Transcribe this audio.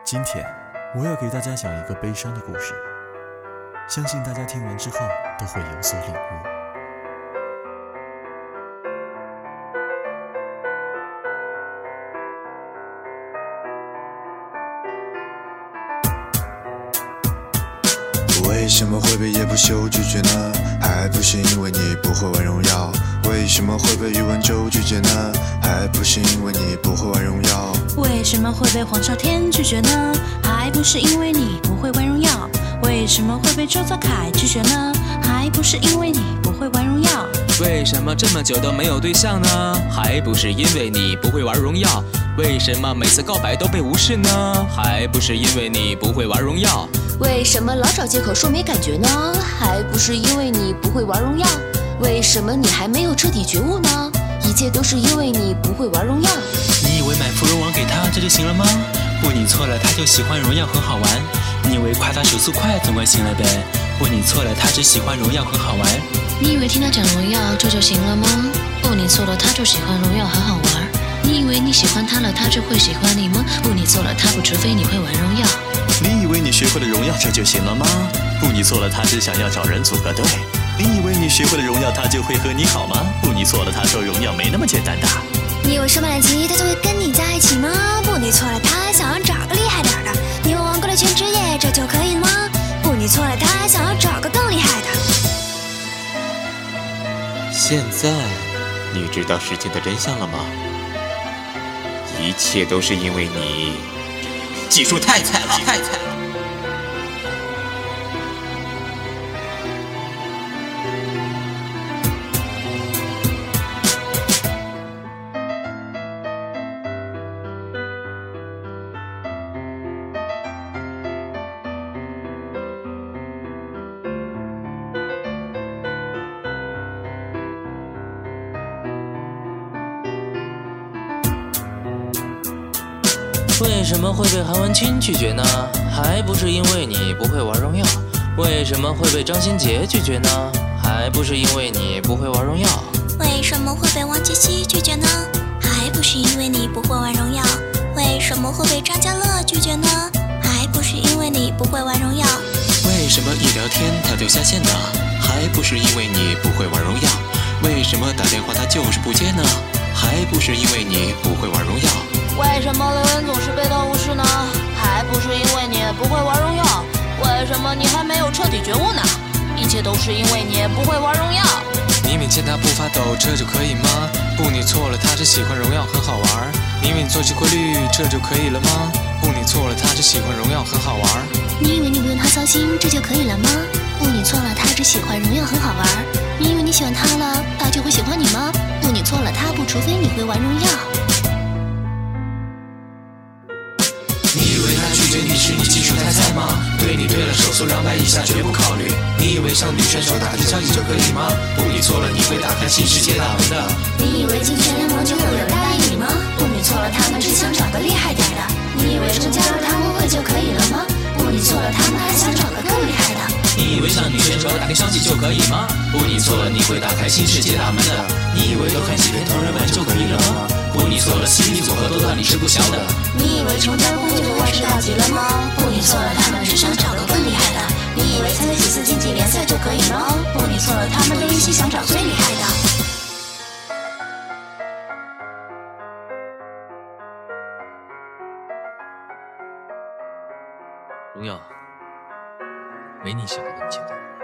今天我要给大家讲一个悲伤的故事，相信大家听完之后都会有所领悟。 为什么会被叶不朽拒绝呢？还不是因为你不会玩荣耀。为什么会被宇文周拒绝呢？还不是因为你不会玩荣耀。 为什么会被黄少天拒绝呢？还不是因为你不会玩荣耀。为什么会被周泽楷拒绝呢？还不是因为你不会玩荣耀。 为什么这么久都没有对象呢？还不是因为你不会玩荣耀。为什么每次告白都被无视呢？还不是因为你不会玩荣耀。 为什么老找借口说没感觉呢？还不是因为你不会玩荣耀。为什么你还没有彻底觉悟呢？一切都是因为你不会玩荣耀。 你以为买芙蓉王给他这就行了吗？不，你错了，他就喜欢荣耀很好玩。你以为夸他手速快总归行了呗？不，你错了，他只喜欢荣耀很好玩。 你以为听他讲荣耀这就行了吗？不，你错了，他就喜欢荣耀很好玩。你以为你喜欢他了，他就会喜欢你吗？不，你错了，他不，除非你会玩荣耀。 你以为你学会了荣耀这就行了吗？不，你错了，他只想要找人组个队。你以为你学会了荣耀，他就会和你好吗？不，你错了，他说荣耀没那么简单的。 你以为升满了级，他就会跟你在一起吗？不，你错了，他想要找个厉害点的。你以为玩过了全职业，这就可以了吗？不，你错了，他想要找个更厉害的。 现在你知道事情的真相了吗？一切都是因为你技术太菜了，太菜了。 为什么会被韩文清拒绝呢？还不是因为你不会玩荣耀。为什么会被张新杰拒绝呢？还不是因为你不会玩荣耀。 为什么会被王杰希拒绝呢？还不是因为你不会玩荣耀。为什么会被张家乐拒绝呢？还不是因为你不会玩荣耀。 为什么一聊天他就下线呢？还不是因为你不会玩荣耀。为什么打电话他就是不接呢？还不是因为你不会玩荣耀。 为什么留言总是被动无视呢？还不是因为你不会玩荣耀。为什么你还没有彻底觉悟呢？一切都是因为你不会玩荣耀。 你以为见他不发抖这就可以吗？不，你错了，他只喜欢荣耀很好玩。你以为你做起规律这就可以了吗？不，你错了，他只喜欢荣耀很好玩。 你以为你不用他操心这就可以了吗？不，你错了，他只喜欢荣耀很好玩。你以为你喜欢他了，他就会喜欢你吗？不，你错了，他不，除非你会玩荣耀。 你以为他拒绝你是你技术太菜吗？对你对了手速200以下绝不考虑。你以为向女选手打听消息就可以吗？不，你错了，你会打开新世界大门的。 你以为进全联盟就会有人答应你吗？不，你错了，他们只想找个厉害点的。你以为只加入他们会就可以了吗？不，你错了，他们还想找个更厉害的。 你以为向女选手打听消息就可以吗？不，你错了，你会打开新世界大门的。你以为多看几篇同人文就可以了吗？不，你错了，心理组合多到你吃不消的。 你以为成江湖就万事大吉了吗？不，你错了，他们只想找个更厉害的。你以为参加几次竞技联赛就可以吗？不，你错了，他们都一心想找最厉害的。 荣耀没你想的那么简单。